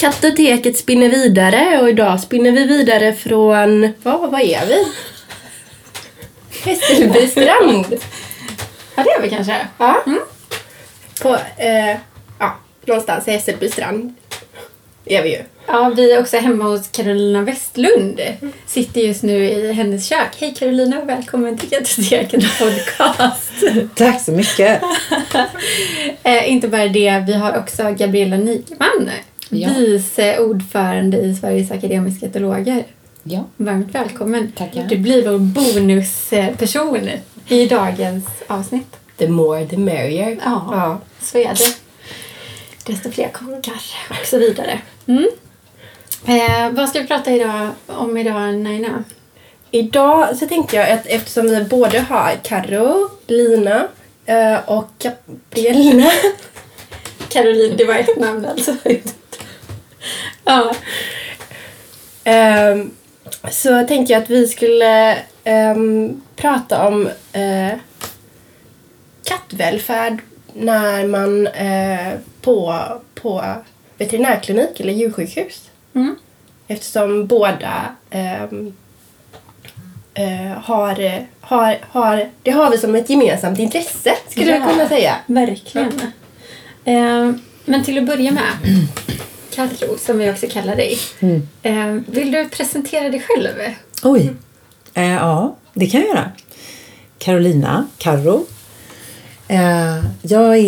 Kattoteket spinner vidare och idag spinner vi vidare från... Vad är vi? Hässelbystrand. Ja, det är vi kanske. Ja. På, någonstans i Hässelbystrand är vi ju. Ja, vi är också hemma hos Carolina Westlund. Sitter just nu i hennes kök. Hej Carolina och välkommen till Kattoteket podcast. Tack så mycket. Inte bara det, vi har också Gabriella Nyman. Ja. Vice ordförande i Sveriges akademiska etologer. Ja. Varmt välkommen. Tackar. Du blir vår bonusperson i dagens avsnitt. The more the merrier. Ja. Så är det. Desto fler kockar och så vidare. Vad ska vi prata om idag, Naina? Idag så tänkte jag att eftersom vi både har Karo, Lina och Gabriella. Caroline, det var ett namn alltså. Ja. Så tänkte jag att vi skulle prata om kattvälfärd när man på veterinärklinik eller djursjukhus. Eftersom båda det har vi som ett gemensamt intresse, skulle jag kunna säga. Verkligen. Men till att börja med, Karo, som vi också kallar dig. Vill du presentera dig själv? Oj. Ja, det kan jag göra. Carolina, Karo. Jag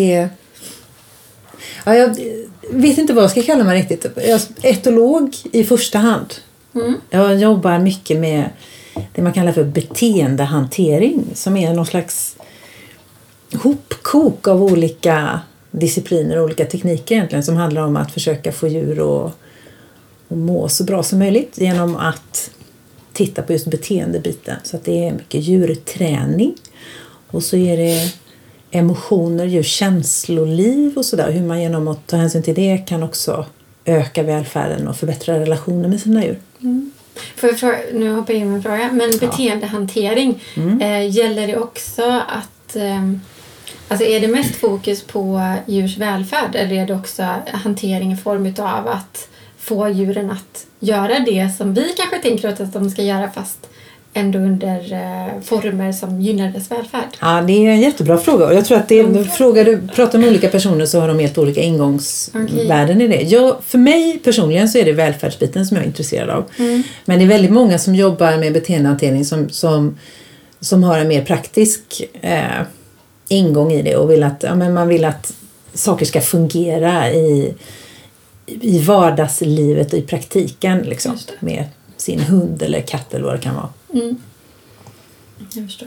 vet inte vad jag ska kalla mig riktigt. Jag är etolog i första hand. Jag jobbar mycket med det man kallar för beteendehantering, som är någon slags hopkok av olika discipliner och olika tekniker egentligen, som handlar om att försöka få djur att må så bra som möjligt genom att titta på just beteendebiten. Så att det är mycket djurträning och så är det emotioner, djurs känsloliv och sådär. Hur man genom att ta hänsyn till det kan också öka välfärden och förbättra relationer med sina djur. Nu hoppar jag in med en fråga. Men beteendehantering, gäller det också att... Alltså är det mest fokus på djurs välfärd, eller är det också hantering i form av att få djuren att göra det som vi kanske tänker att de ska göra, fast ändå under former som gynnar dess välfärd? Ja, det är en jättebra fråga. Och jag tror att du pratar med olika personer så har de helt olika ingångsvärden i det. För mig personligen så är det välfärdsbiten som jag är intresserad av. Men det är väldigt många som jobbar med beteendehantering som har en mer praktisk ingång i det och man vill att saker ska fungera i vardagslivet och i praktiken liksom, med sin hund eller katt eller vad det kan vara. Jag förstår.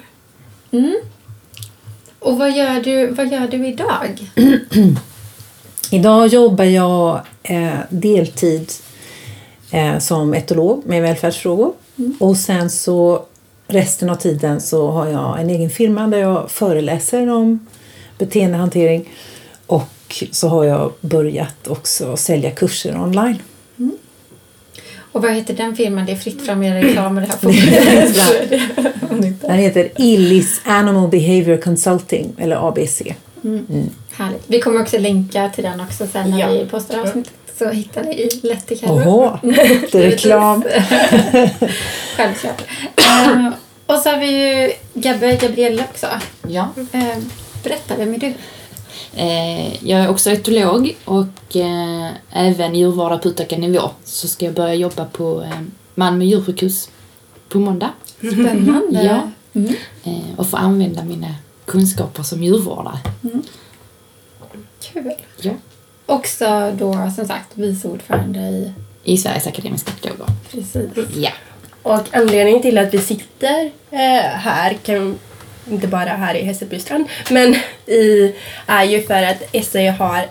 Och vad gör du idag? Idag jobbar jag deltid som etolog med välfärdsfrågor. Och sen så resten av tiden så har jag en egen firma där jag föreläser om beteendehantering. Och så har jag börjat också sälja kurser online. Och vad heter den firman? Det är fritt fram med reklam och det här. Den heter Illis Animal Behavior Consulting, eller ABC. Härligt. Vi kommer också länka till den också sen när vi postar avsnittet. Så hittar ni lätt till Karo. Oho, det är reklam. Självklart. Och så har vi ju Gabriella också. Ja. Berätta, vem är du? Jag är också etolog och även djurvårdare på utökad nivå. Så ska jag börja jobba på Malmö djursjukhus på måndag. Spännande. Ja. Och få använda mina kunskaper som djurvårdare. Kul. Ja. Också då som sagt vice ordförande i Sveriges akademiska etologer. Precis. Ja. Och anledningen till att vi sitter här, inte bara här i Hässelbystrand, men är ju för att SE har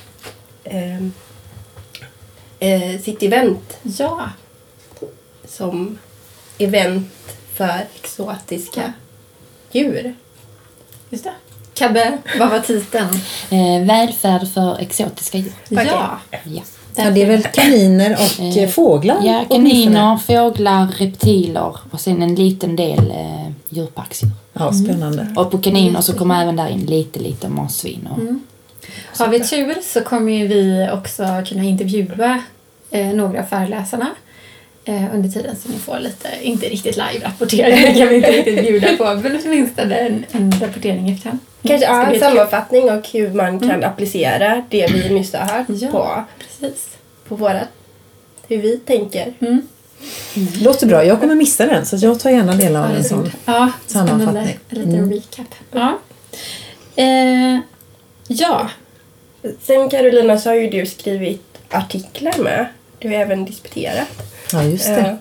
sitt event. Ja. Som event för exotiska djur. Just det. Kabbe, vad var titeln? Välfärd för exotiska djur. Ja. Ja. Ja, det är väl kaniner och fåglar? Ja, kaniner, fåglar, reptiler och sen en liten del djurparksdjur. Ja, spännande. Och på kaniner så kommer även där in lite marsvin. Och Har vi tur så kommer ju vi också kunna intervjua några av föreläsarna under tiden, så ni får lite, inte riktigt live-rapportering, det kan vi inte riktigt bjuda på, men åtminstone en rapportering efterhand. Kanske en sammanfattning och hur man kan applicera det vi nyss har hört på vårat, hur vi tänker. Låter bra. Jag kommer missa den, så jag tar gärna del av en sån sammanfattning. Lite recap. Ja. Sen Carolina, så har ju du skrivit artiklar med. Du har även disputerat. Ja, just det.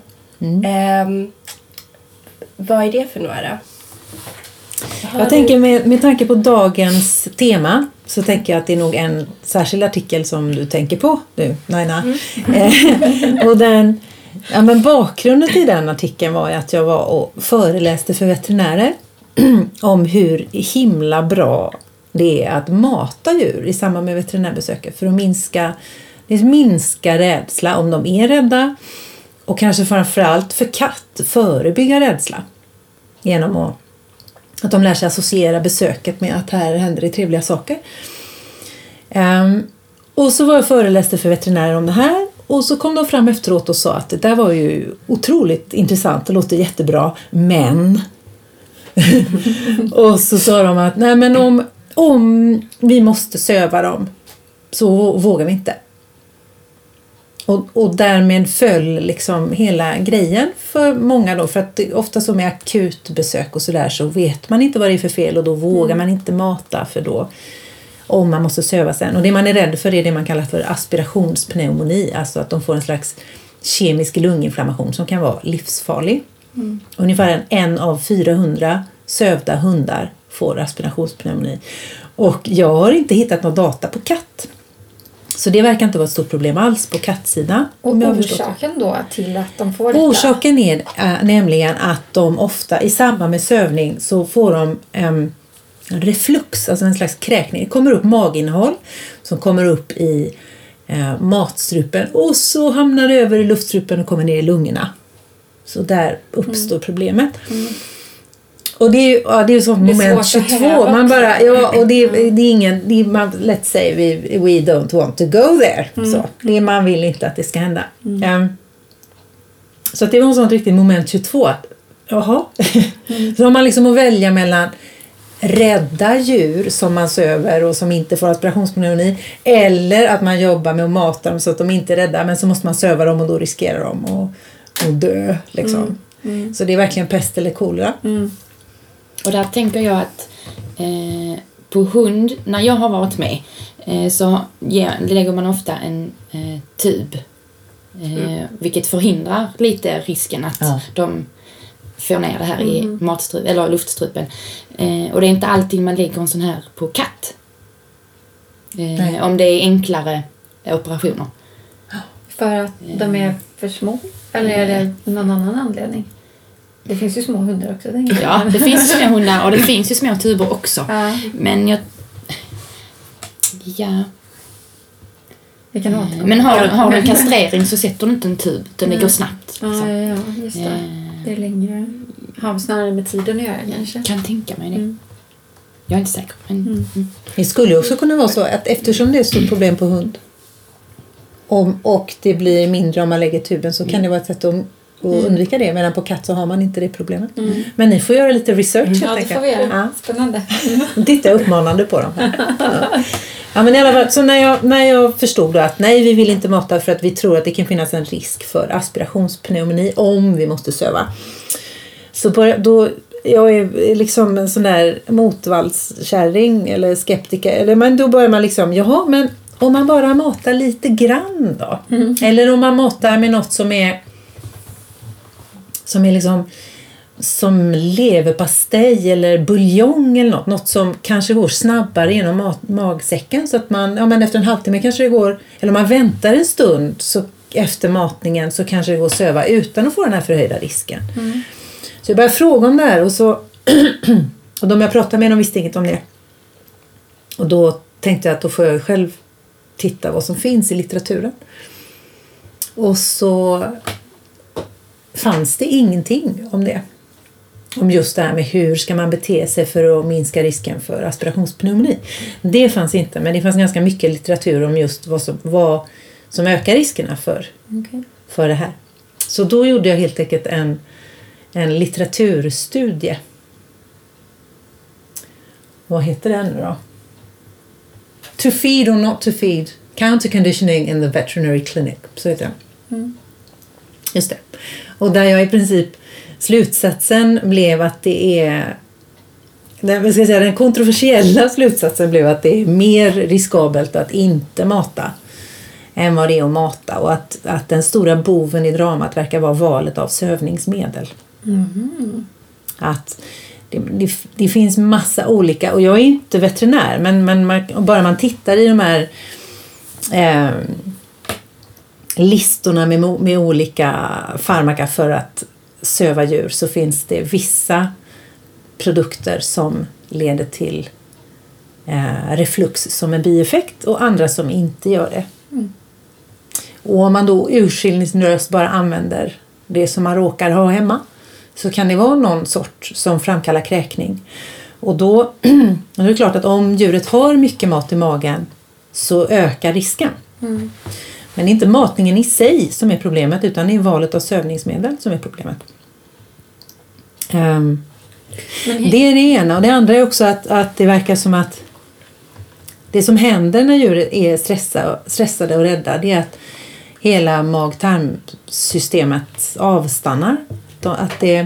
Vad är det för några? Jag tänker med tanke på dagens tema, så tänker jag att det är nog en särskild artikel som du tänker på nu, Naina. Och men bakgrunden till den artikeln var att jag var och föreläste för veterinärer om hur himla bra det är att mata djur i samband med veterinärbesöket för att minska rädsla om de är rädda, och kanske framförallt för katt förebygga rädsla genom att de lär sig associera besöket med att här händer det trevliga saker. Och så var jag föreläste för veterinärer om det här, och så kom de fram efteråt och sa att det där var ju otroligt intressant och låter jättebra, men och så sa de att nej, men om vi måste söva dem så vågar vi inte. Och därmed föll liksom hela grejen för många då, för att ofta som är akutbesök och sådär så vet man inte vad det är för fel, och då vågar man inte mata, för då om man måste söva sen. Och det man är rädd för är det man kallar för aspirationspneumoni, alltså att de får en slags kemisk lunginflammation som kan vara livsfarlig. Ungefär 1 av 400 sövda hundar får aspirationspneumoni. Och jag har inte hittat någon data på katt. Så det verkar inte vara ett stort problem alls på kattsidan. Och orsaken då till att de får detta? Orsaken är nämligen att de ofta i samband med sövning så får de reflux, alltså en slags kräkning. Det kommer upp maginnehåll som kommer upp i matstrupen, och så hamnar det över i luftstrupen och kommer ner i lungorna. Så där uppstår problemet. Och det är ju som moment 22. Man bara, och det är ingen, let's say we don't want to go there. Så det man vill inte att det ska hända. Så att det var en sån riktigt moment 22. Jaha. Så har man liksom att välja mellan rädda djur som man söver och som inte får aspirationspneumoni, eller att man jobbar med att mata dem så att de inte är rädda, men så måste man söva dem och då riskerar de att dö liksom. Så det är verkligen pest eller kolera. Och där tänker jag att på hund, när jag har varit med, så lägger man ofta en tub. Vilket förhindrar lite risken att de får ner det här i matstrupen eller luftstrupen. Och det är inte alltid man lägger en sån här på katt. Om det är enklare operationer. För att de är för små? Eller är det någon annan anledning? Det finns ju små hundar också. Ja, det finns ju små hundar och det finns ju små tuber också. Men men har du en kastrering så sätter du inte en tub, utan det går snabbt. Liksom. Ja, just det. Det är längre. Har snarare med tiden att göra kanske. Kan tänka mig det. Jag är inte säker. Men, Det skulle också kunna vara så att eftersom det är ett stort problem på hund och det blir mindre om man lägger tuben, så kan det vara ett sätt att undvika det, medan på katt så har man inte det problemet. Men ni får göra lite research. Ja, det får vi göra. Ja. Spännande. Titta uppmanande på dem. Ja, men i alla fall, så när jag förstod då att nej, vi vill inte mata för att vi tror att det kan finnas en risk för aspirationspneumoni om vi måste söva. Så då jag är liksom en sån där motvallskärring eller skeptiker, men då börjar man liksom, jaha, men om man bara matar lite grann då, eller om man matar med något som är liksom som leverpastej eller buljong eller något som kanske går snabbare genom magsäcken, så att men efter en halvtimme kanske det går, eller om man väntar en stund så efter matningen så kanske det går att söva utan att få den här förhöjda risken. Så jag började fråga om det här, och så och de jag pratade med, de visste inget om det. Och då tänkte jag att då får jag själv titta vad som finns i litteraturen. Och så fanns det ingenting om det. Om just det här med hur ska man bete sig för att minska risken för aspirationspneumoni. Det fanns inte, men det fanns ganska mycket litteratur om just vad som ökar riskerna för det här. Så då gjorde jag helt enkelt en litteraturstudie. Vad heter den nu då? To feed or not to feed. Counter conditioning in the veterinary clinic. Så heter den. Just det. Och där jag i princip slutsatsen blev att det är den kontroversiella slutsatsen blev att det är mer riskabelt att inte mata än vad det är att mata, och att den stora boven i dramat verkar vara valet av sövningsmedel. Att det finns massa olika, och jag är inte veterinär, men bara man tittar i de här listorna med olika farmaka för att söva djur, så finns det vissa produkter som leder till reflux som en bieffekt och andra som inte gör det. Och om man då urskillningslöst bara använder det som man råkar ha hemma, så kan det vara någon sort som framkallar kräkning. Och då är det klart att om djuret har mycket mat i magen så ökar risken. Men det är inte matningen i sig som är problemet, utan det är valet av sövningsmedel som är problemet. Det är det ena. Och det andra är också att det verkar som att det som händer när djuret är stressade och rädda, det är att hela mag-tarmsystemet avstannar. Att det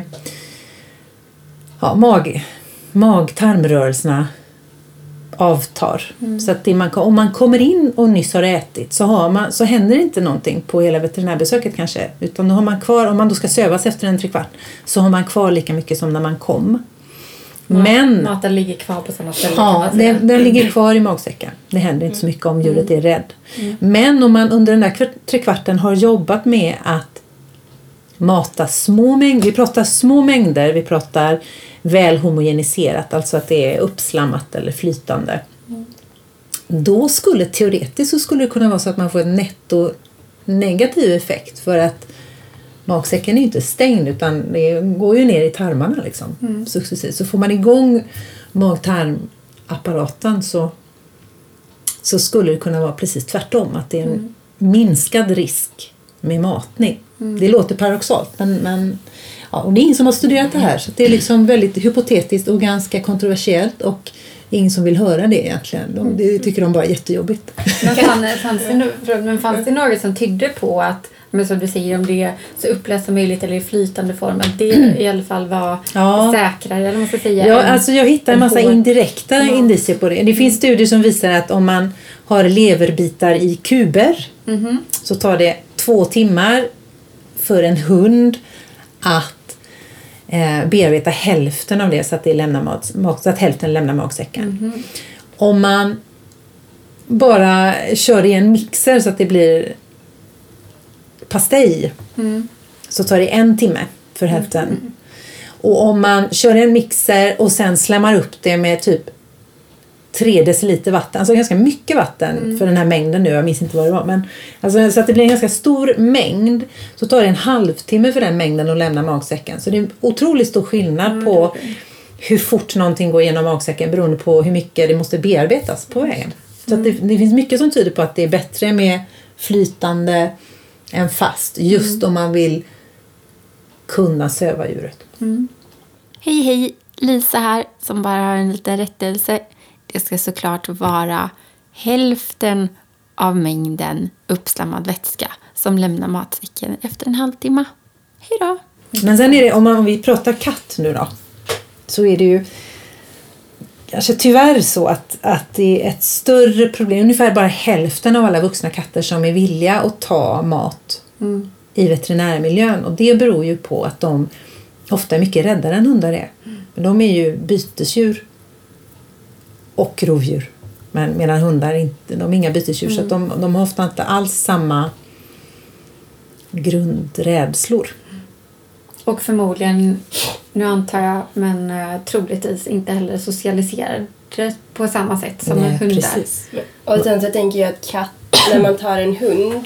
mag-tarmrörelserna avtar. Så att om man kommer in och nyss har ätit så händer inte någonting på hela veterinärbesöket kanske, utan då har man kvar, om man då ska sövas efter 3/4, så har man kvar lika mycket som när man kom. Men maten ligger kvar på samma ställe. Ja, den ligger kvar i magsäcken. Det händer inte så mycket om djuret är rädd. Men om man under den där 3/4 har jobbat med att mata små mängder, vi pratar små mängder, vi pratar väl homogeniserat, alltså att det är uppslammat eller flytande. Då teoretiskt skulle det kunna vara så att man får en netto negativ effekt, för att magsäcken är inte stängd, utan det går ju ner i tarmarna liksom, successivt. Så får man igång mag-tarmapparaten så skulle det kunna vara precis tvärtom, att det är en minskad risk med matning. Det låter paradoxalt, men och det är ingen som har studerat det här, så det är liksom väldigt hypotetiskt och ganska kontroversiellt, och ingen som vill höra det egentligen. Det tycker de bara är jättejobbigt. Men fanns det något som tydde på att, men som du säger, om det är så upplöst som möjligt eller i flytande form, att det i alla fall var säkrare, eller man ska säga? Ja, alltså jag hittar en massa indirekta indicier på det. Det finns studier som visar att om man har leverbitar i kuber så tar det 2 timmar för en hund att bearbeta hälften av det, så att det lämnar så att hälften lämnar magsäcken. Om man bara kör i en mixer så att det blir pastej, så tar det 1 timme för hälften. Och om man kör en mixer och sen slämmar upp det med typ 3 deciliter vatten, alltså ganska mycket vatten för den här mängden nu, jag minns inte vad det var, men alltså, så att det blir en ganska stor mängd, så tar det 1/2 timme för den mängden att lämna magsäcken. Så det är en otroligt stor skillnad på hur fort någonting går igenom magsäcken, beroende på hur mycket det måste bearbetas på vägen. Så att det finns mycket som tyder på att det är bättre med flytande än fast, just om man vill kunna söva djuret. Hej, Lisa här, som bara har en liten rättelse. Det ska såklart vara hälften av mängden uppslammad vätska som lämnar matsäcken efter 1/2 timme. Hej då! Men sen är det, om vi pratar katt nu då, så är det ju kanske tyvärr så att det är ett större problem. Ungefär bara hälften av alla vuxna katter som är villiga att ta mat i veterinärmiljön. Och det beror ju på att de ofta är mycket räddare än hundar är. Men de är ju bytesdjur och rovdjur. Men medan hundar inte, de är inga bytesdjur, så att de har ofta inte alls samma grundrädslor. Och förmodligen, nu antar jag, men troligtvis inte heller socialiserade på samma sätt som hundar. Precis. Och sen så tänker jag att katt, när man tar en hund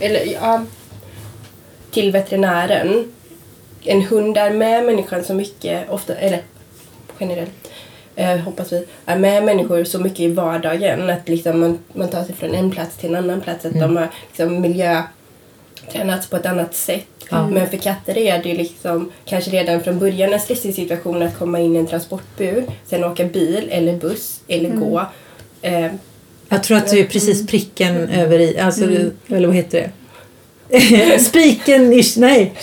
till veterinären, en hund är med människan så mycket ofta, eller generellt, hoppas vi, är med människor så mycket i vardagen. Att liksom man tar sig från en plats till en annan plats. Att de har liksom miljötränats på ett annat sätt. Men för katter är det liksom kanske redan från början en stressig situation att komma in i en transportbur. Sen åka bil eller buss eller gå. Jag tror att du är precis pricken över i, alltså, eller vad heter det? Spiken, nej.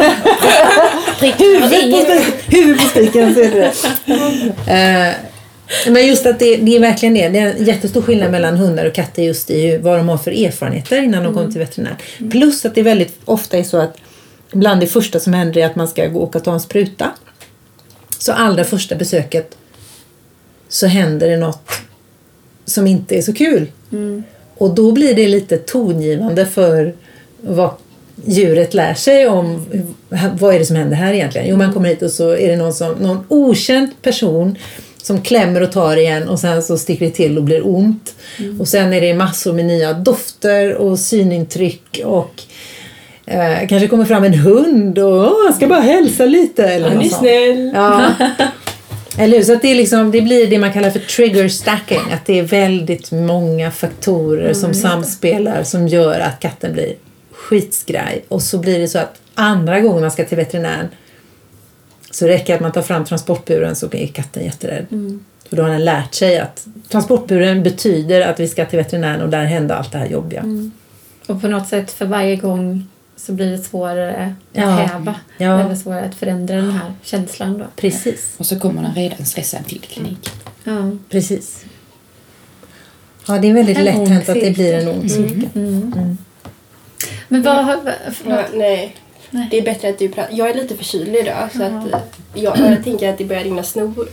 Huvudet på spiken, så är det. Men just att det är verkligen det. Det är en jättestor skillnad mellan hundar och katter just i vad de har för erfarenheter innan de kommer till veterinär. Plus att det väldigt ofta är så att bland det första som händer är att man ska gå och ta en spruta. Så allra första besöket så händer det något som inte är så kul. Och då blir det lite tongivande för vad djuret lär sig om vad är det som händer här egentligen. Jo, man kommer hit och så är det någon okänd person som klämmer och tar igen och sen så sticker det till och blir ont. Och sen är det massor med nya dofter och synintryck och kanske kommer fram en hund och jag ska bara hälsa lite. Eller Han är snäll. Ja. Eller hur? Så att det, är liksom, det blir det man kallar för trigger stacking. Att det är väldigt många faktorer som samspelar som gör att katten blir skitskraj. Och så blir det så att andra gången man ska till veterinären så räcker att man tar fram transportburen så är katten jätterädd. För då har den lärt sig att transportburen betyder att vi ska till veterinären och där händer allt det här jobbiga. Och på något sätt för varje gång så blir det svårare att häva. Eller svårare att förändra den här känslan då. Precis. Och så kommer den redan stressad till klinik. Ja. Precis. Ja, det är väldigt lätt hänt att det blir en ond cirkel. Men vad... Nej. Det är bättre att du pratar. Jag är lite förkyld idag så att jag tänker att det börjar rinna snor.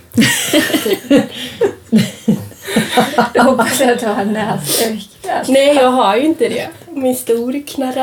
Jag hoppas att du har näsvärk. Nej, jag har ju inte det. Min stor knarrar.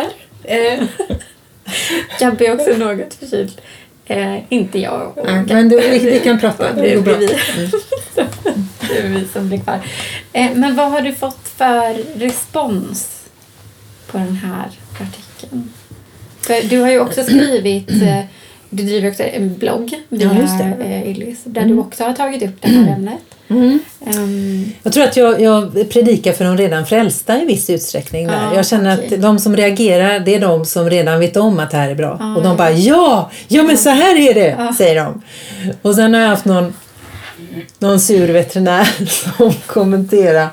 Gabby är också något förkyld. Inte jag. Men vi kan prata. Det går bra. Det är vi som blir kvar. Men vad har du fått för respons på den här artikeln? För du har ju också skrivit, du driver också en blogg via Illis, där du också har tagit upp det här ämnet. Jag tror att jag predikar för de redan frälsta i viss utsträckning där. Jag känner att de som reagerar, det är de som redan vet om att det här är bra. Och de bara, ja men så här är det, säger de. Och sen har jag haft någon sur veterinär som kommenterar.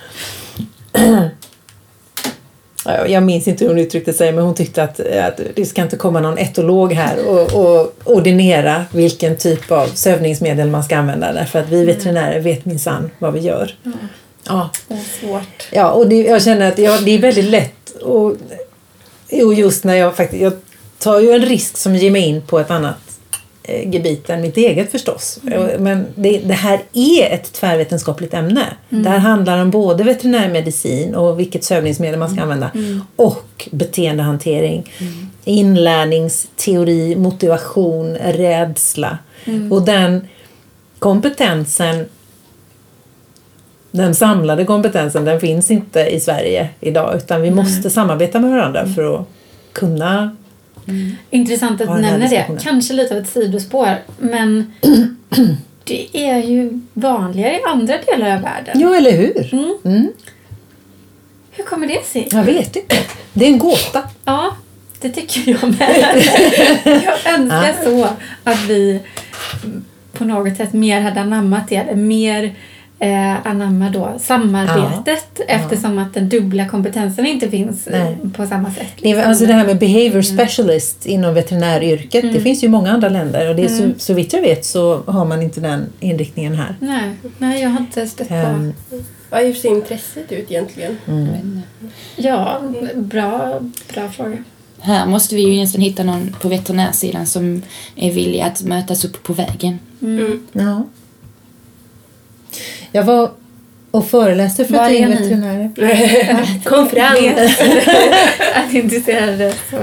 Jag minns inte hur hon uttryckte sig, men hon tyckte att det ska inte komma någon etolog här och ordinera vilken typ av sövningsmedel man ska använda, därför att vi veterinärer vet minsann vad vi gör. Ja. Det är svårt. Ja, och jag känner att det är väldigt lätt och just när jag tar ju en risk som ger mig in på ett annat gebit än mitt eget förstås. Men det här är ett tvärvetenskapligt ämne. Det här handlar om både veterinärmedicin och vilket sövningsmedel man ska använda och beteendehantering, inlärningsteori, motivation, rädsla. Och den kompetensen, den samlade kompetensen, den finns inte i Sverige idag, utan vi måste samarbeta med varandra för att kunna. Intressant att nämna det. Kanske lite av ett sidospår, men det är ju vanligare i andra delar av världen. Ja, eller hur? Hur kommer det sig? Jag vet inte. Det är en gåta. Ja, det tycker jag med. Jag önskar så att vi på något sätt mer hade anammat det. Eller mer anamma då samarbetet eftersom att den dubbla kompetensen inte finns på samma sätt. Liksom. Alltså det här med behavior specialist inom veterinäryrket, det finns ju i många andra länder och det är så vitt jag vet så har man inte den inriktningen här. Nej, jag har inte stött på. Vad är för intresset ut egentligen? Ja, bra fråga. Här måste vi ju egentligen hitta någon på veterinärsidan som är villig att mötas upp på vägen. Ja. Jag var och föreläste för tre veterinärer. Konferens. Att intresserade så.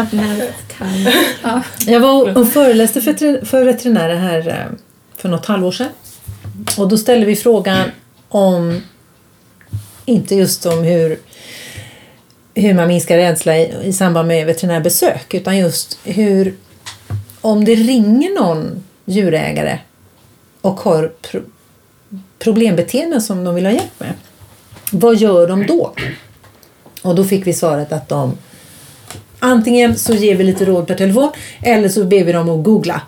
Jag var och föreläste för veterinärer här för något halvår sedan. Och då ställde vi frågan om, inte just om hur man minskar rädsla i samband med veterinärbesök, utan just om det ringer någon djurägare och har problembeteenden som de vill ha hjälp med. Vad gör de då? Och då fick vi svaret att de antingen så ger vi lite råd per telefon eller så ber vi dem att googla.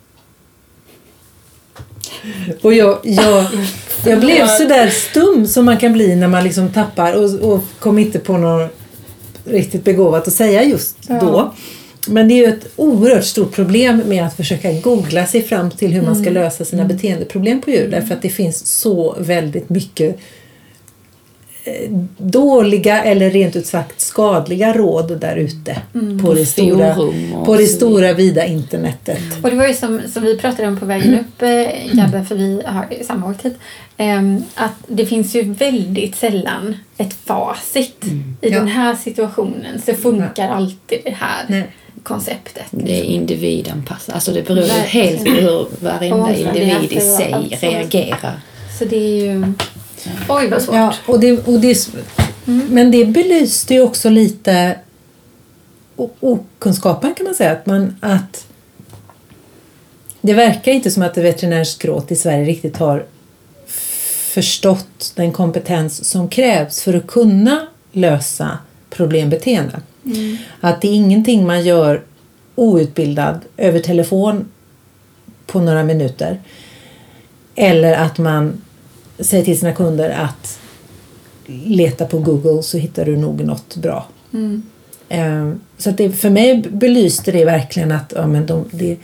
Och jag blev så där stum som man kan bli när man liksom tappar och kom inte på något riktigt begåvat att säga just då. Men det är ju ett oerhört stort problem med att försöka googla sig fram till hur man ska lösa sina beteendeproblem på djur. Därför att det finns så väldigt mycket dåliga eller rent ut sagt skadliga råd där ute på det stora vida internetet. Och det var ju som vi pratade om på vägen upp, Gabbe, för vi har samma åkt hit, att det finns ju väldigt sällan ett facit i den här situationen, så funkar alltid det här konceptet. Det är individanpassat. Alltså det beror helt på hur varenda individ i sig reagerar. Så det är ju... Oj, vad svårt. Ja, men det belyste ju också lite okunskapen, kan man säga. Att det verkar inte som att det veterinärskrået i Sverige riktigt har förstått den kompetens som krävs för att kunna lösa problembeteende. Att det är ingenting man gör outbildad över telefon på några minuter. Eller att man säger till sina kunder att leta på Google så hittar du nog något bra. Så att för mig belyste det verkligen att de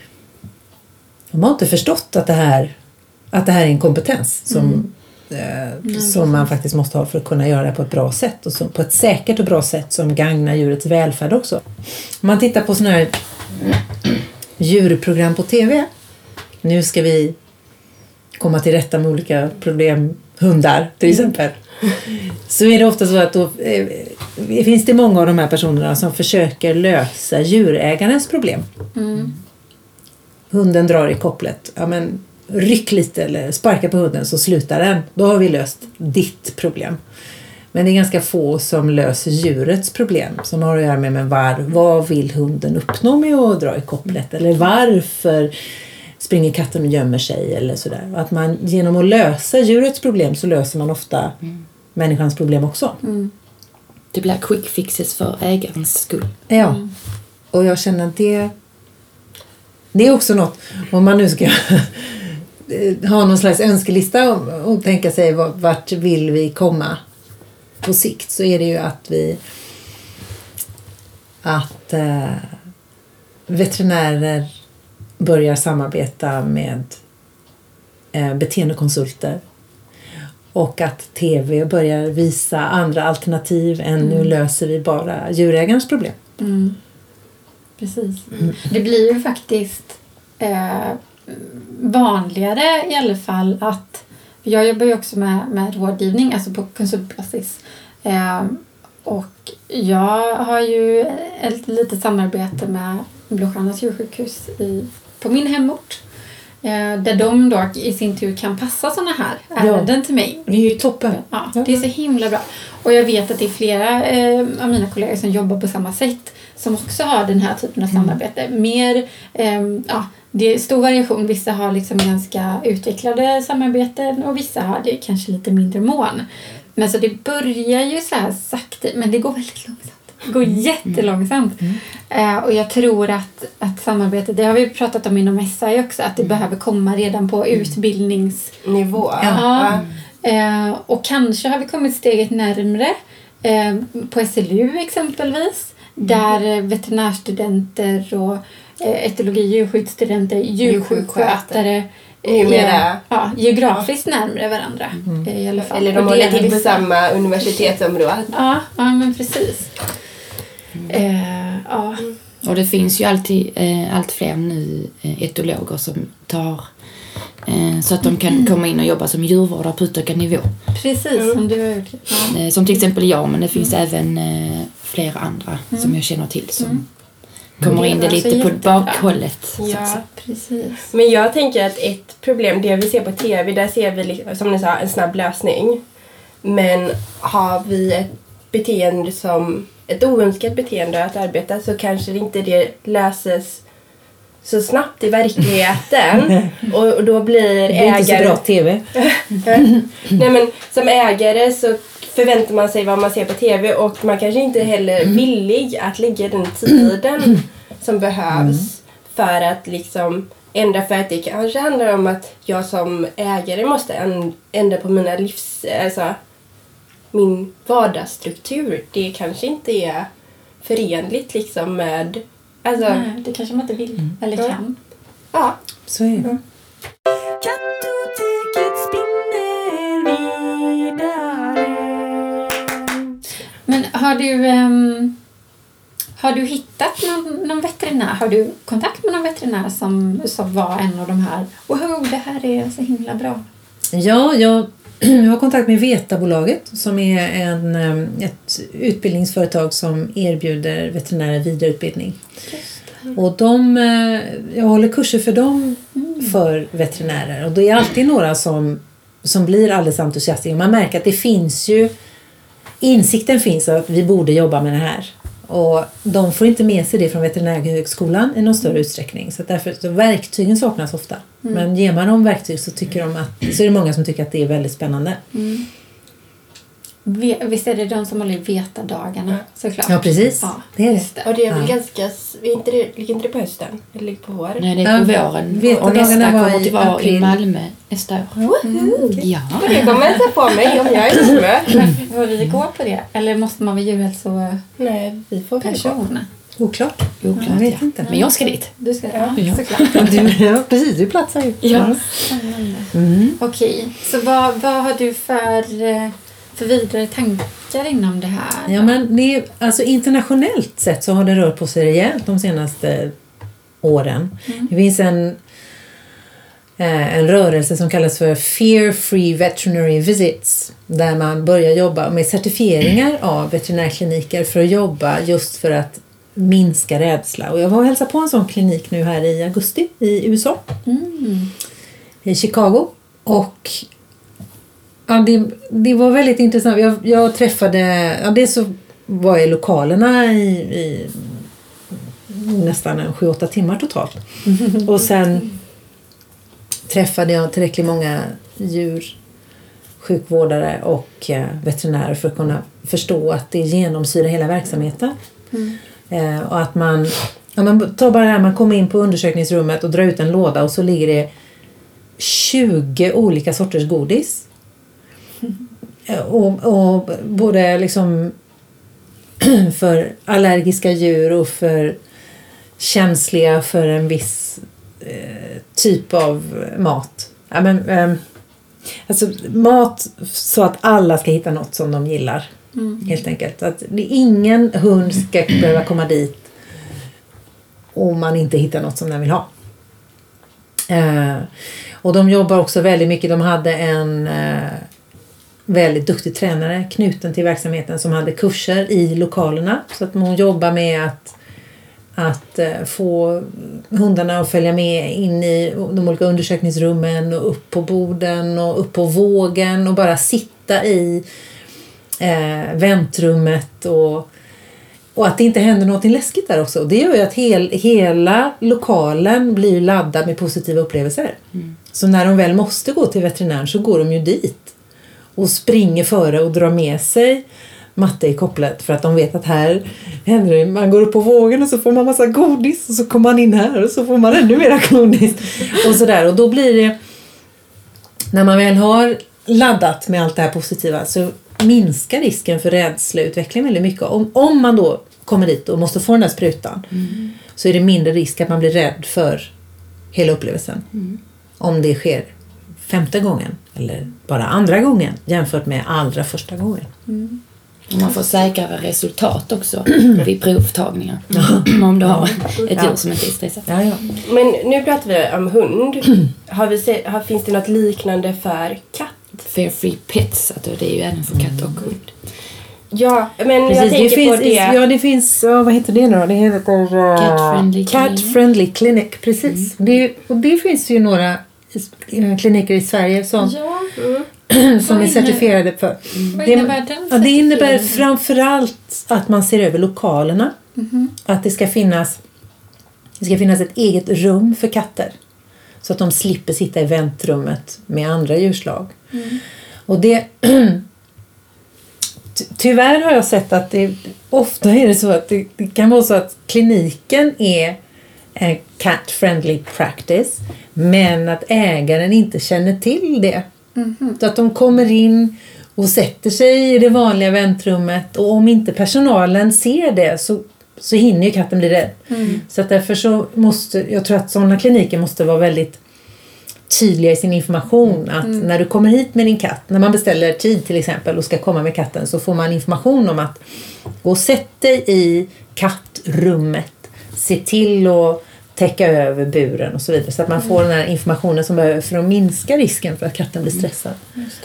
har inte förstått att det här är en kompetens som man faktiskt måste ha för att kunna göra det på ett bra sätt och på ett säkert och bra sätt som gagnar djurets välfärd också. Om man tittar på såna här djurprogram på tv, nu ska vi komma till rätta med olika problem, hundar till exempel, så är det ofta så att då finns det många av de här personerna som försöker lösa djurägarens problem. Hunden drar i kopplet, ryck lite eller sparka på hunden så slutar den. Då har vi löst ditt problem. Men det är ganska få som löser djurets problem, som har att göra med vad vill hunden uppnå med att dra i kopplet, eller varför springer katten och gömmer sig eller sådär. Att man genom att lösa djurets problem så löser man ofta människans problem också. Det blir quick fixes för ägarens skull. Ja, och jag känner att det är också något, om man nu ska ha någon slags önskelista och tänka sig vart vill vi komma på sikt, så är det ju att veterinärer börjar samarbeta med beteendekonsulter och att tv börjar visa andra alternativ än nu löser vi bara djurägarens problem. Precis. Det blir ju faktiskt vanligare i alla fall att, jag jobbar ju också med rådgivning, alltså på konsultbasis, och jag har ju ett litet samarbete med Blåstjärnans djursjukhus på min hemort, där de då i sin tur kan passa såna här ärenden till mig. Det är ju toppen. Ja, det är så himla bra. Och jag vet att det är flera av mina kollegor som jobbar på samma sätt som också har den här typen av samarbete. Mer, det är stor variation. Vissa har liksom ganska utvecklade samarbeten och vissa har det kanske lite mindre mån. Men så det börjar ju så här sakta, men det går väldigt långsamt. Det går jättelångsamt. Och jag tror att samarbetet, det har vi pratat om inom SI också, att det behöver komma redan på utbildningsnivå. Och kanske har vi kommit steget närmare på SLU exempelvis, där veterinärstudenter och etologi- och djurskyddsstudenter, djursjukskötare geografiskt närmare varandra i alla fall. Eller de håller till på samma universitetsområde. Ja, men precis. Och det finns ju alltid allt fler nu etologer som tar så att de kan komma in och jobba som djurvårdare på utökad nivå. Precis, som du har gjort. Som till exempel jag, men det finns även flera andra som jag känner till som kommer in det lite på bakhållet. Ja, precis. Men jag tänker att ett problem, det vi ser på tv, där ser vi som ni sa en snabb lösning. Men har vi ett beteende som ett oönskat beteende att arbeta, så kanske inte det löses så snabbt i verkligheten och då blir det är inte så bra tv. Nej, men som ägare så förväntar man sig vad man ser på tv och man kanske inte heller är villig att lägga den tiden som behövs för att liksom ändra, för att det kanske handlar om att jag som ägare måste ändra på mina min vardagsstruktur. Det kanske inte är förenligt liksom med nej, det kanske man inte vill eller kan. Ja, så är det. Men har du hittat någon veterinär? Har du kontakt med någon veterinär som var en av de här? Wow, det här är så himla bra. Ja, jag har kontakt med Vetabolaget som är ett utbildningsföretag som erbjuder veterinärer vidareutbildning. Och jag håller kurser för dem för veterinärer. Och det är alltid några som blir alldeles entusiastiska. Man märker att det finns ju, insikten finns att vi borde jobba med det här. Och de får inte med sig det från veterinärhögskolan i någon större utsträckning. Så därför så verktygen saknas ofta. Men ger man dem verktyg så är det många som tycker att det är väldigt spännande. Visst är det de som håller Vetadagarna, såklart. Ja, precis. Ja, det är det. och det är väl ganska... Ligger inte det på hösten? Eller ligger på våren? Nej, det är på våren. Och nästa kommer att vara i Malmö nästa år. Ja. Det kommer jag ta på mig om jag är Malmö. Får vi gå på det? Eller måste man vara djurhälsoperson? Nej, vi får Oklart. Jag vet inte. Men jag ska dit. Du ska, ja, såklart. Ja, precis. Du platsar ju. Ja. Okej, så vad har du för vidare tankar inom det här? Ja, men alltså internationellt sett så har det rört på sig rejält de senaste åren. Det finns en rörelse som kallas för Fear Free Veterinary Visits, där man börjar jobba med certifieringar av veterinärkliniker för att jobba just för att minska rädsla. Och jag var och hälsade på en sån klinik nu här i augusti i USA. I Chicago. Och ja, det var väldigt intressant. Jag träffade... Ja, det så var jag i lokalerna i nästan 7-8 timmar totalt. Och sen träffade jag tillräckligt många djursjukvårdare och veterinärer för att kunna förstå att det genomsyrar hela verksamheten. Och att man tar bara det här, man kommer in på undersökningsrummet och drar ut en låda och så ligger det 20 olika sorters godis. Och både liksom för allergiska djur och för känsliga för en viss typ av mat. Ja, men, alltså mat så att alla ska hitta något som de gillar. Helt enkelt. Att ingen hund ska behöva komma dit om man inte hittar något som den vill ha. Och de jobbar också väldigt mycket. De hade en väldigt duktig tränare knuten till verksamheten som hade kurser i lokalerna. Så att man jobbar med att få hundarna att följa med in i de olika undersökningsrummen och upp på borden och upp på vågen och bara sitta i väntrummet och att det inte händer något läskigt där också. Det gör ju att hela lokalen blir laddad med positiva upplevelser. Så när de väl måste gå till veterinären så går de ju dit och springer före och drar med sig matte i kopplet för att de vet att här händer det. Man går upp på vågen och så får man massa godis och så kommer man in här och så får man ännu mera godis och sådär. Och då blir det, när man väl har laddat med allt det här positiva så minskar risken för rädsleutveckling väldigt mycket. Om man då kommer dit och måste få den där sprutan så är det mindre risk att man blir rädd för hela upplevelsen. Om det sker 5:e gången eller bara 2:a gången jämfört med allra första gången. Och man får säkrare resultat också vid provtagningar. Om du har ett djur som inte är stressat. Ja. Men nu pratar vi om hund. Finns det något liknande för katt? Fear Free Pets, att det är ju även för katt och hund. Ja, men precis, jag tänker på det. Ja, det finns, vad heter det nu? Det heter Cat Friendly Clinic, precis. Det finns ju några kliniker i Sverige som är certifierade för. Vad innebär den? Det innebär framförallt att man ser över lokalerna. Att det ska finnas Det ska finnas ett eget rum för katter. Så att de slipper sitta i väntrummet med andra djurslag. Och det... Tyvärr har jag sett att ofta är det så att det kan vara så att kliniken är en cat-friendly practice. Men att ägaren inte känner till det. Så att de kommer in och sätter sig i det vanliga väntrummet. Och om inte personalen ser det så hinner ju katten bli rädd. Så att därför så jag tror att sådana kliniker måste vara väldigt tydliga i sin information. Att när du kommer hit med din katt, när man beställer tid till exempel och ska komma med katten, så får man information om att gå och sätta dig i kattrummet. Se till att täcka över buren och så vidare. Så att man får den här informationen som behöver för att minska risken för att katten blir stressad. Just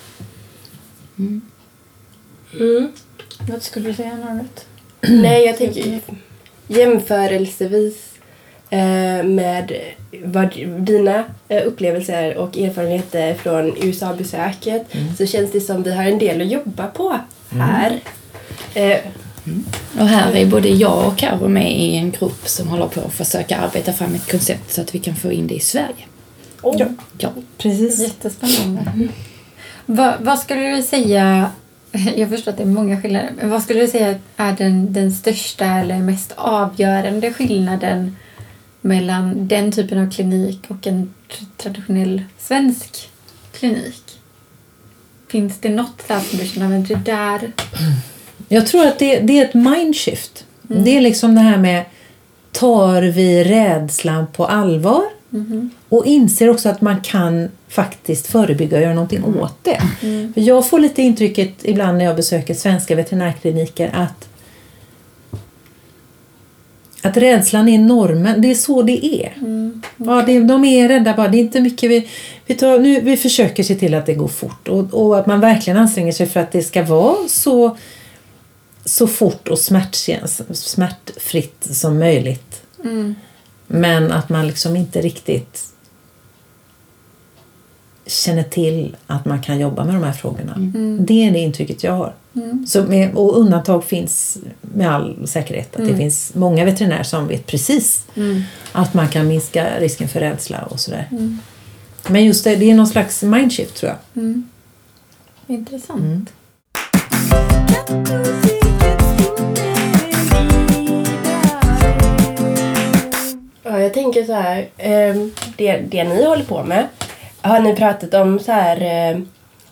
det. Vad skulle du säga, Norbert? Nej, jag tänker jämförelsevis med vad dina upplevelser och erfarenheter från USA-besöket så känns det som vi har en del att jobba på här. Och här är både jag och Karo med i en grupp som håller på att försöka arbeta fram ett koncept så att vi kan få in det i Sverige. Ja, precis. Jättespännande. Vad skulle du säga, jag förstår att det är många skillnader, men vad skulle du säga är den största eller mest avgörande skillnaden mellan den typen av klinik och en traditionell svensk klinik? Finns det något där som du känner att det där... Jag tror att det är ett mindshift. Det är liksom det här med, tar vi rädslan på allvar och inser också att man kan faktiskt förebygga och göra någonting åt det. För jag får lite intrycket ibland när jag besöker svenska veterinärkliniker att rädslan är normen. Det är så det är. Ja, de är rädda bara. Det är inte mycket vi försöker se till att det går fort. Och att man verkligen anstränger sig för att det ska vara så fort och smärtfritt som möjligt. Men att man liksom inte riktigt känner till att man kan jobba med de här frågorna. Det är det intrycket jag har. Och undantag finns med all säkerhet. Att det finns många veterinärer som vet precis att man kan minska risken för rädsla och sådär. Men just det är någon slags mindshift, tror jag. Intressant. Ja, jag tänker så här, det ni håller på med, har ni pratat om så här,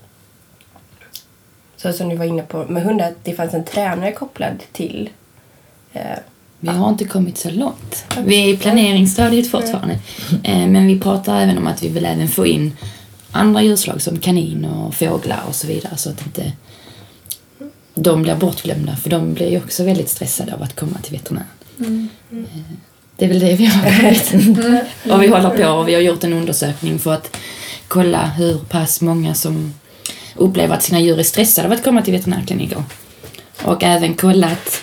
så som ni var inne på med hundar, att det fanns en tränare kopplad till? Vi har inte kommit så långt. Vi är i planeringsstadiet fortfarande. Men vi pratar även om att vi vill även få in andra djurslag som kanin och fåglar och så vidare, så att inte de blir bortglömda, för de blir ju också väldigt stressade av att komma till veterinären. Det är väl det vi har kommit. Och vi håller på och vi har gjort en undersökning för att kolla hur pass många som upplever att sina djur är stressade av att komma till veterinärkliniker. Och även kollat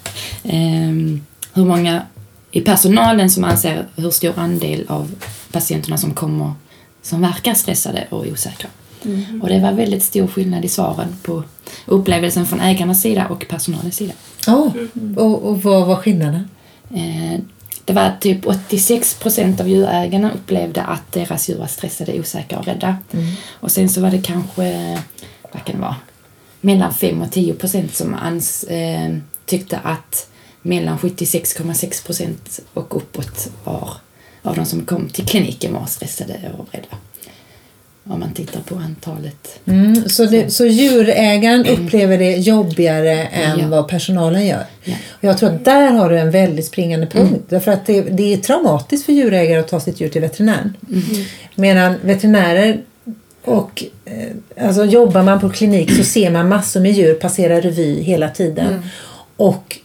hur många i personalen som anser hur stor andel av patienterna som kommer som verkar stressade och osäkra. Och det var väldigt stor skillnad i svaren på upplevelsen från ägarnas sida och personalens sida. Och vad var skillnaden? Det var typ 86% av djurägarna upplevde att deras djur var stressade, osäkra och rädda. Och sen så var det kanske, vad kan det vara, mellan 5 och 10% som tyckte att mellan 76,6% och uppåt var av de som kom till kliniken var stressade och rädda. Om man tittar på antalet. Så djurägaren upplever det jobbigare än vad personalen gör. Ja. Jag tror att där har du en väldigt springande punkt. Därför att det är traumatiskt för djurägare att ta sitt djur till veterinären. Medan veterinärer alltså jobbar man på klinik så ser man massor med djur passera revy hela tiden. Och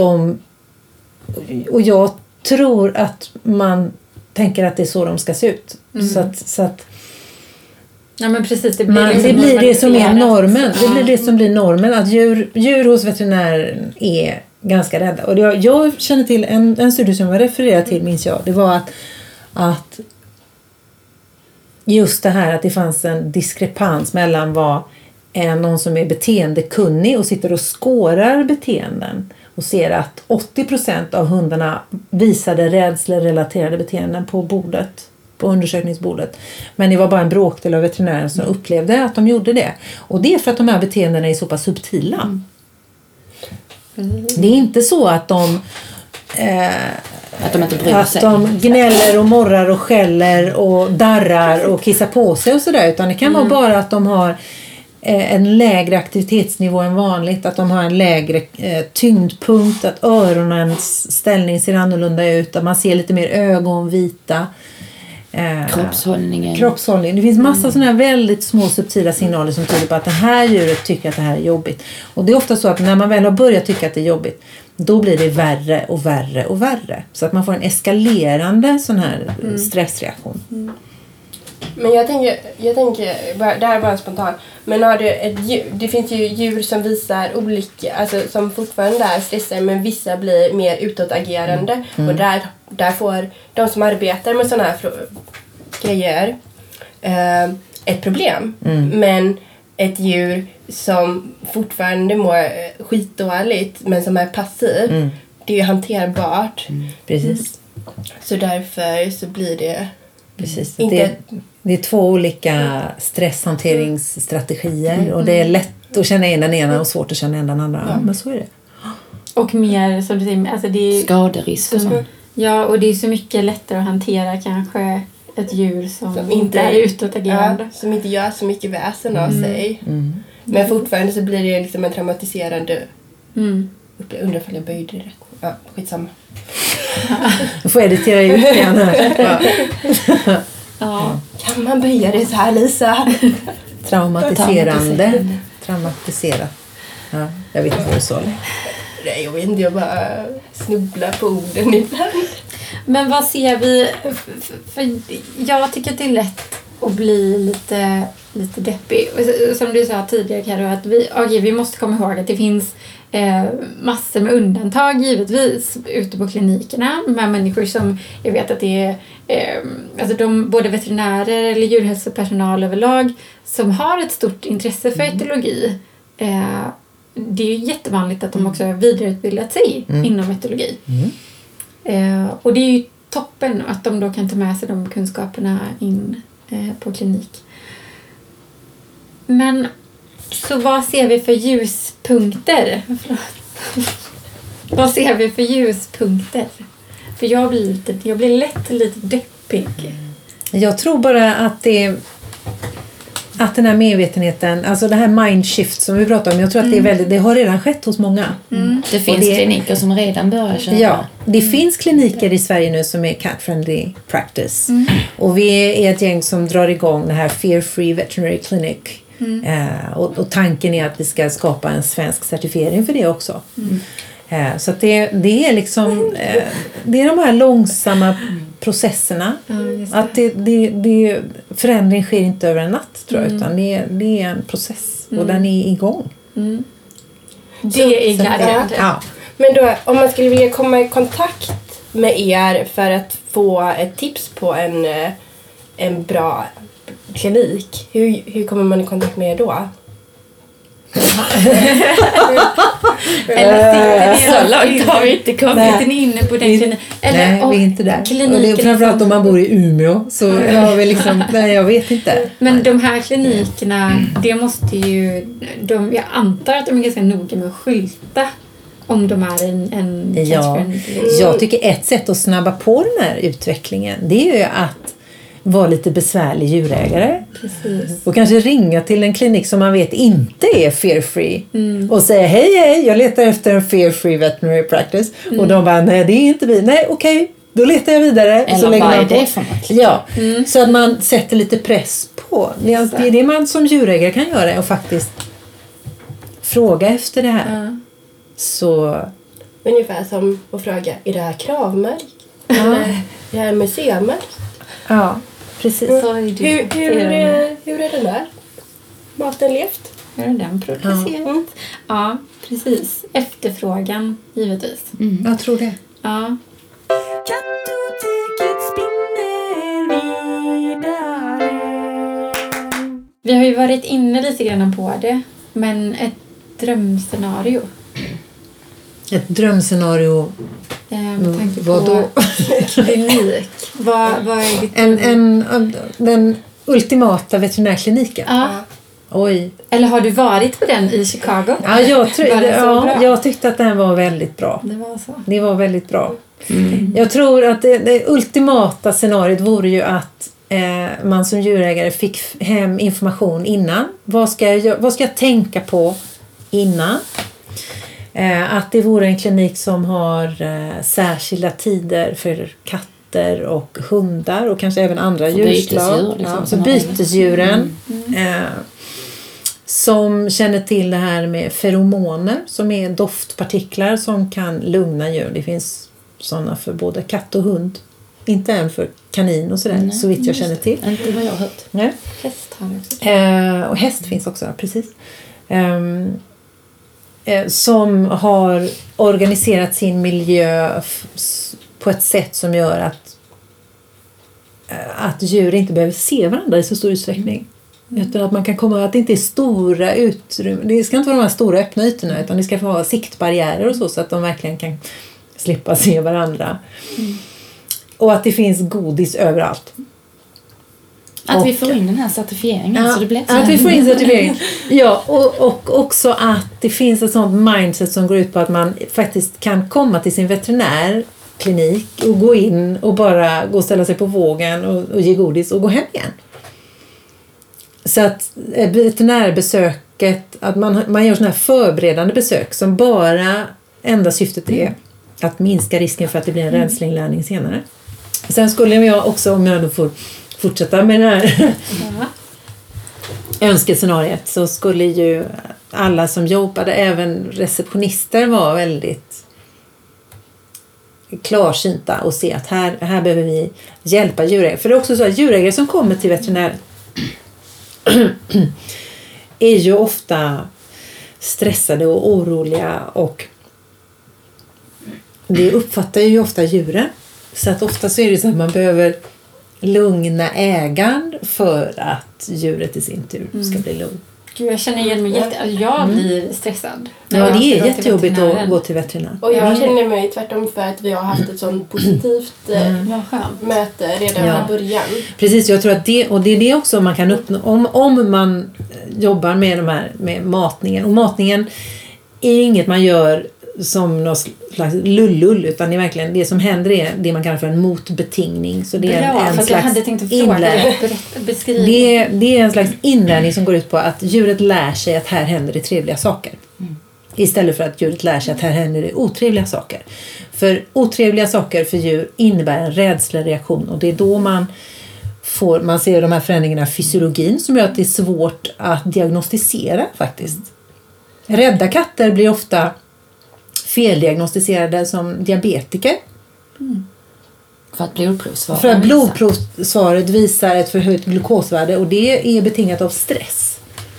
jag tror att man tänker att det är så de ska se ut. Så att ja, men precis, det blir det som är normen. Det blir det som blir normen. Att djur hos veterinären är ganska rädda. Och jag känner till en studie som jag refererade till, minns jag. Det var att just det här att det fanns en diskrepans mellan vad någon som är beteendekunnig och sitter och skårar beteenden och ser att 80% av hundarna visade rädslerelaterade beteenden på bordet, på undersökningsbordet. Men det var bara en bråkdel av veterinären som upplevde att de gjorde det. Och det är för att de här beteendena är så pass subtila. Det är inte så att de att de inte bryr att sig. de gnäller och morrar och skäller och darrar och kissar på sig och sådär, utan det kan vara bara att de har en lägre aktivitetsnivå än vanligt, att de har en lägre tyngdpunkt, att öronens ställning ser annorlunda ut, att man ser lite mer ögonvita. Kroppshållningen. Det finns massa sådana här väldigt små subtila signaler som tyder på att det här djuret tycker att det här är jobbigt. Och det är ofta så att när man väl har börjat tycka att det är jobbigt, då blir det värre och värre och värre. Så att man får en eskalerande sån här stressreaktion. Men jag tänker, det här är bara spontant, men har du ett djur, det finns ju djur som visar olika, alltså som fortfarande är stressade, men vissa blir mer utåtagerande. Och där får de som arbetar med sådana här grejer ett problem. Men ett djur som fortfarande mår skitdåligt men som är passiv, det är ju hanterbart. Precis. Så därför så blir det precis. inte... Det är 2 olika stresshanteringsstrategier och det är lätt att känna in den ena och svårt att känna in den andra. Ja, men så är det. Och mer, som du säger, alltså det är skaderisk och så. Ja, och det är så mycket lättare att hantera kanske ett djur som inte är utåtagerande. Ja, som inte gör så mycket väsen av sig. Men fortfarande så blir det liksom en traumatiserande undrar ifall jag böjde det rätt. Ja, skitsamma. Du får editera ut igen här. Ja. Kan man böja det så här, Lisa? Traumatiserat. Ja, jag vet inte vad du sa. Nej, jag vet inte. Jag bara snubblar på orden ibland. Men vad ser vi? För jag tycker att det är lätt att bli lite deppig. Som du sa tidigare, Karo, att vi måste komma ihåg att det finns massor med undantag givetvis ute på klinikerna med människor som jag vet att det är alltså både veterinärer eller djurhälsopersonal överlag som har ett stort intresse för etologi. Det är ju jättevanligt att de också har vidareutbildat sig inom etologi. Och det är ju toppen att de då kan ta med sig de kunskaperna in på klinik. Men så vad ser vi för ljuspunkter? Vad ser vi för ljuspunkter? För jag blir lätt lite deppig. Jag tror bara att att den här medvetenheten, alltså det här mindshift som vi pratar om, jag tror att det har redan skett hos många. Det finns kliniker som redan börjar köra. Ja, det finns kliniker i Sverige nu som är cat-friendly practice. Och vi är ett gäng som drar igång det här Fear Free Veterinary Clinic. Och tanken är att vi ska skapa en svensk certifiering för det också. Så att det är liksom det är de här långsamma processerna. Att förändring sker inte över en natt, tror jag, utan det är en process och den är igång. Det är glädjande. Ja. Men då, om man skulle vilja komma i kontakt med er för att få ett tips på en bra klinik, hur kommer man i kontakt med er då? Så långt har vi inte kommit. Är ni inne på den kliniken? Nej, vi är inte där. Och det är framförallt om man bor i Umeå, så har vi liksom, nej, jag vet inte. Men de här klinikerna, det måste ju, jag antar att de är ganska noga med att skylta om de är en jag tycker ett sätt att snabba på den här utvecklingen, det är ju att vara lite besvärlig djurägare. Precis. Och kanske ringa till en klinik som man vet inte är fear free. Och säga hej, jag letar efter en fear free veterinary practice. Och de bara, nej det är inte vi. Nej, okej, då letar jag vidare. Eller så lägger vad man är på. det för något? Ja, så att man sätter lite press på. Det är det man som djurägare kan göra, och faktiskt fråga efter det här. Så... Ungefär som att fråga, är det här kravmärk? Eller är det här museumärk? Ja, precis. Hur är den där maten levt? Hur är den producerat? Ja, precis. Efterfrågan, givetvis. Jag tror det. Ja. Vi har ju varit inne lite grann på det, men ett drömscenario. Ett drömscenario. Med tanke Vad på då? klinik. Vad är ditt Den ultimata veterinärkliniken. Ja. Oj. Eller har du varit på den i Chicago? Ja, jag tyckte att den var väldigt bra. Det var så. Det var väldigt bra. Jag tror att det ultimata scenariot vore ju att man som djurägare fick hem information innan. Vad ska jag tänka på innan? Att det vore en klinik som har särskilda tider för katter och hundar och kanske även andra djurslag. Liksom, så bytesdjuren. Som känner till det här med feromoner som är doftpartiklar som kan lugna djur. Det finns sådana för både katt och hund. Inte än för kanin och sådär, så vitt jag känner till. Inte vad jag har hört. Nej. Häst har du också. Och häst finns också, precis. Som har organiserat sin miljö på ett sätt som gör att djur inte behöver se varandra i så stor utsträckning. Utan att man kan komma, att det inte är stora utrymmen. Det ska inte vara de här stora öppna ytorna, utan det ska få ha siktbarriärer och så att de verkligen kan slippa se varandra. Och att det finns godis överallt. Att vi får in den här certifieringen så det blir att vi får in certifieringen. Ja, och också att det finns ett sånt mindset som går ut på att man faktiskt kan komma till sin veterinärklinik och gå in och bara gå och ställa sig på vågen och ge godis och gå hem igen. Så att veterinärbesöket, att man gör sådana här förberedande besök som bara enda syftet är att minska risken för att det blir en rädslinglärning senare. Sen skulle jag också, om jag då får fortsätta med det här önskescenariet, så skulle ju alla som jobbade, även receptionister, vara väldigt klarsynta och se att här behöver vi hjälpa djurägare. För det är också så att djurägare som kommer till veterinär är ju ofta stressade och oroliga, och det uppfattar ju ofta djuren. Så att ofta så är det så att man behöver lugna ägaren för att djuret i sin tur ska bli lugn. Gud, jag känner igen mig jag blir stressad. Ja, det är jättejobbigt att gå till veterinär. Och jag känner mig tvärtom för att vi har haft ett sånt positivt möte redan i början. Precis, jag tror att det är det också man kan uppnå om man jobbar med matningen. Och matningen är inget man gör som någon slags lullull, utan det är verkligen det som händer är det man kallar för en motbetingning. Så det är en slags inlärning. Det är en slags inlärning som går ut på att djuret lär sig att här händer det trevliga saker. Istället för att djuret lär sig att här händer det otrevliga saker. För otrevliga saker för djur innebär en rädslereaktion, och det är då man ser de här förändringarna i fysiologin som gör att det är svårt att diagnostisera faktiskt. Rädda katter blir ofta feldiagnostiserade som diabetiker. För att blodprovsvaret visar ett för högt glukosvärde, och det är betingat av stress.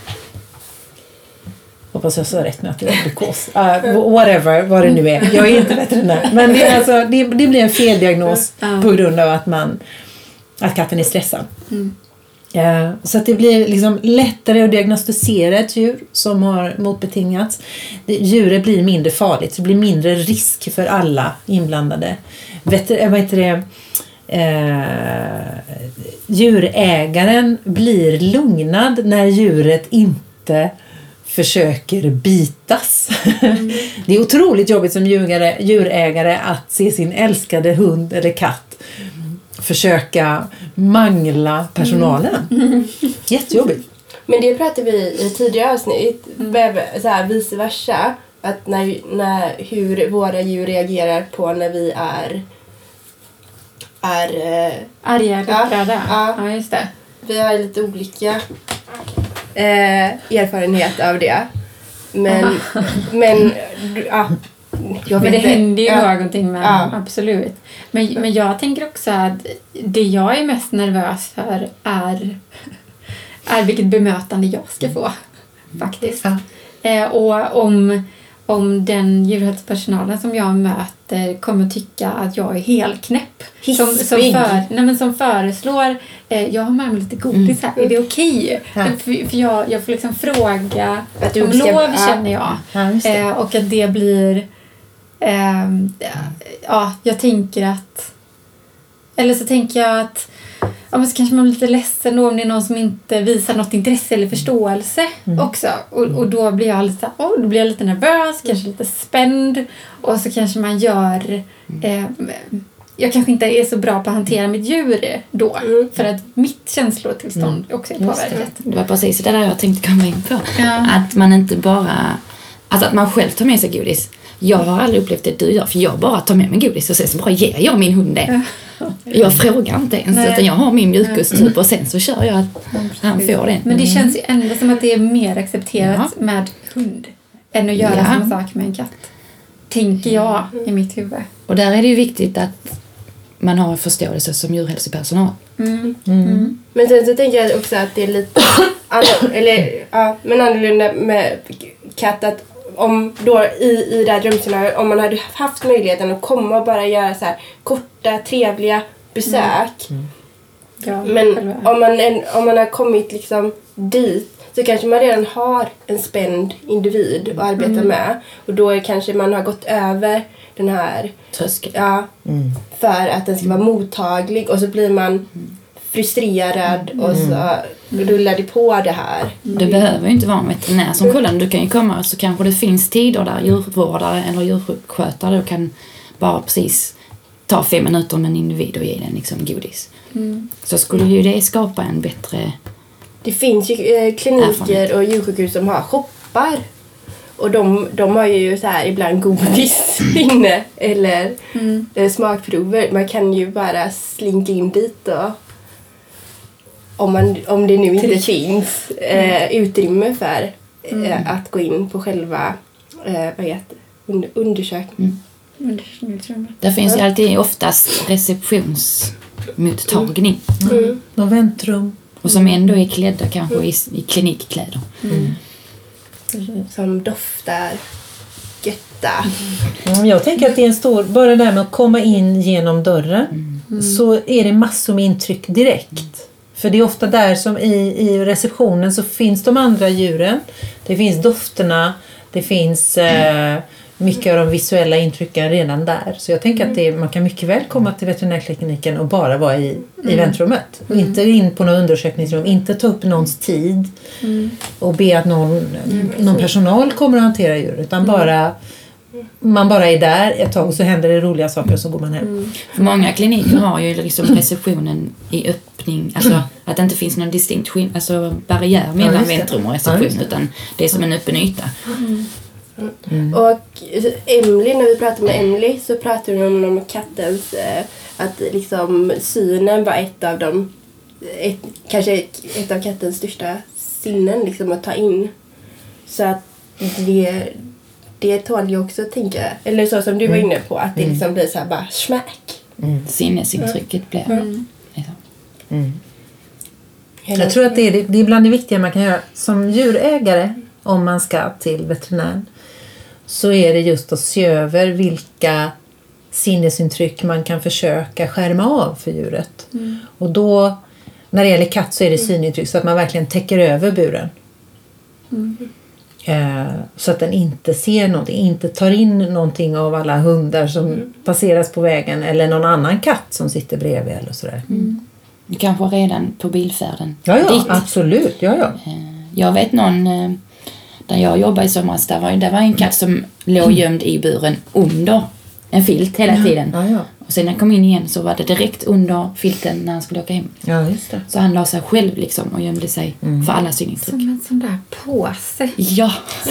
Hoppas jag sa rätt med att det är glukos. Whatever, vad det nu är. Jag är inte veterinär. Men det blir en feldiagnos på grund av att katten är stressad. Så att det blir liksom lättare att diagnostisera ett djur som har motbetingats. Djuret blir mindre farligt, så det blir mindre risk för alla inblandade. Djurägaren blir lugnad när djuret inte försöker bitas. Det är otroligt jobbigt som djurägare att se sin älskade hund eller katt försöka mangla personalen. Jättejobbigt. Men det pratade vi i tidigare avsnitt. Så här, vice versa. Att hur våra djur reagerar på när vi är arga eller upprörda. Ja, just det. Vi har lite olika erfarenhet av det. Men det händer ju någonting med absolut. Men jag tänker också att det jag är mest nervös för är vilket bemötande jag ska få faktiskt. Och om den djurhälsopersonalen som jag möter kommer tycka att jag är helt knäpp. Som föreslår jag har med mig lite godis här. Är det okej? För jag får liksom fråga om lov, känner jag. Och att det blir Jag tänker att... Eller så tänker jag att men så kanske man blir lite ledsen då om det är någon som inte visar något intresse eller förståelse också. Och då blir jag lite, då blir jag lite nervös, kanske lite spänd. Och så kanske man gör... jag kanske inte är så bra på att hantera mitt djur då. För att mitt känslotillstånd också är påverkat. Det var precis det där jag tänkte komma in på. Ja. Att man inte bara... Alltså att man själv tar med sig godis. Jag har aldrig upplevt det du gör, för jag bara tar med mig godis och sen så bara ger jag min hund det. Jag frågar inte ens, utan jag har min mjukostub och sen så kör jag att han får det. Men det känns ju ändå som att det är mer accepterat med hund än att göra samma sak med en katt. Tänker jag i mitt huvud. Och där är det ju viktigt att man har förståelse som djurhälsopersonal. Men sen så tänker jag också att det är lite annorlunda med katt, att om då i det här drömscenariot, om man hade haft möjligheten att komma och bara göra så här korta, trevliga besök. Ja, men om man har kommit liksom dit, så kanske man redan har en spänd individ att arbeta med. Och då kanske man har gått över den här tröskeln. Ja, för att den ska vara mottaglig. Och så blir man frustrerad och så rullar det på det här. Det behöver ju inte vara en veterinär som kollar. Du kan ju komma, så kanske det finns tider där djurvårdare eller djursjukskötare kan bara precis ta 5 minuter med en individ och ge den liksom godis. Så skulle ju det skapa en bättre... Det finns ju kliniker och djursjukhus som har shoppar. Och de har ju så här ibland godis inne eller smakprover. Man kan ju bara slinka in dit och om det nu inte finns utrymme för att gå in på själva undersökningen. Där finns ju alltid oftast receptionsmottagning. Och väntrum. Och som ändå är klädda kanske i klinikkläder. Som doftar götta. Jag tänker att det är en stor... Bara det där med att komma in genom dörren så är det massor med intryck direkt. För det är ofta där som i receptionen så finns de andra djuren. Det finns dofterna. Det finns mycket av de visuella intrycken redan där. Så jag tänker att man kan mycket väl komma till veterinärkliniken och bara vara i väntrummet. Och inte in på någon undersökningsrum. Inte ta upp någons tid. Och be att någon personal kommer att hantera djur. Utan man bara är där ett tag och så händer det roliga saker och så går man hem. För många kliniker har ju liksom receptionen i öppning. Alltså att det inte finns någon distinkt barriär mellan väntrum och reception. Utan det är som en öppen yta. Och Emily, när vi pratade med Emily så pratade hon om kattens att liksom synen var kanske ett av kattens största sinnen liksom att ta in. Så att det tål ju också tänka, eller så som du var inne på, att det liksom blir så här bara smack. Sinnesintrycket blir Jag tror att det är bland det viktiga man kan göra som djurägare om man ska till veterinären. Så är det just att se över vilka sinnesintryck man kan försöka skärma av för djuret. Och då, när det gäller katt så är det synintryck så att man verkligen täcker över buren. Så att den inte ser någonting, inte tar in någonting av alla hundar som passeras på vägen eller någon annan katt som sitter bredvid eller sådär. Kanske redan på bilfärden. Ja, absolut. Ja. Jag vet någon där jag jobbade i somras, där var en katt som låg gömd i buren under en filt hela tiden. Ja. Och sen när han kom in igen så var det direkt under filten när han skulle åka hem. Ja, just det. Så han la sig själv liksom och gömde sig för alla synintryck. Som en sån där påse. Ja.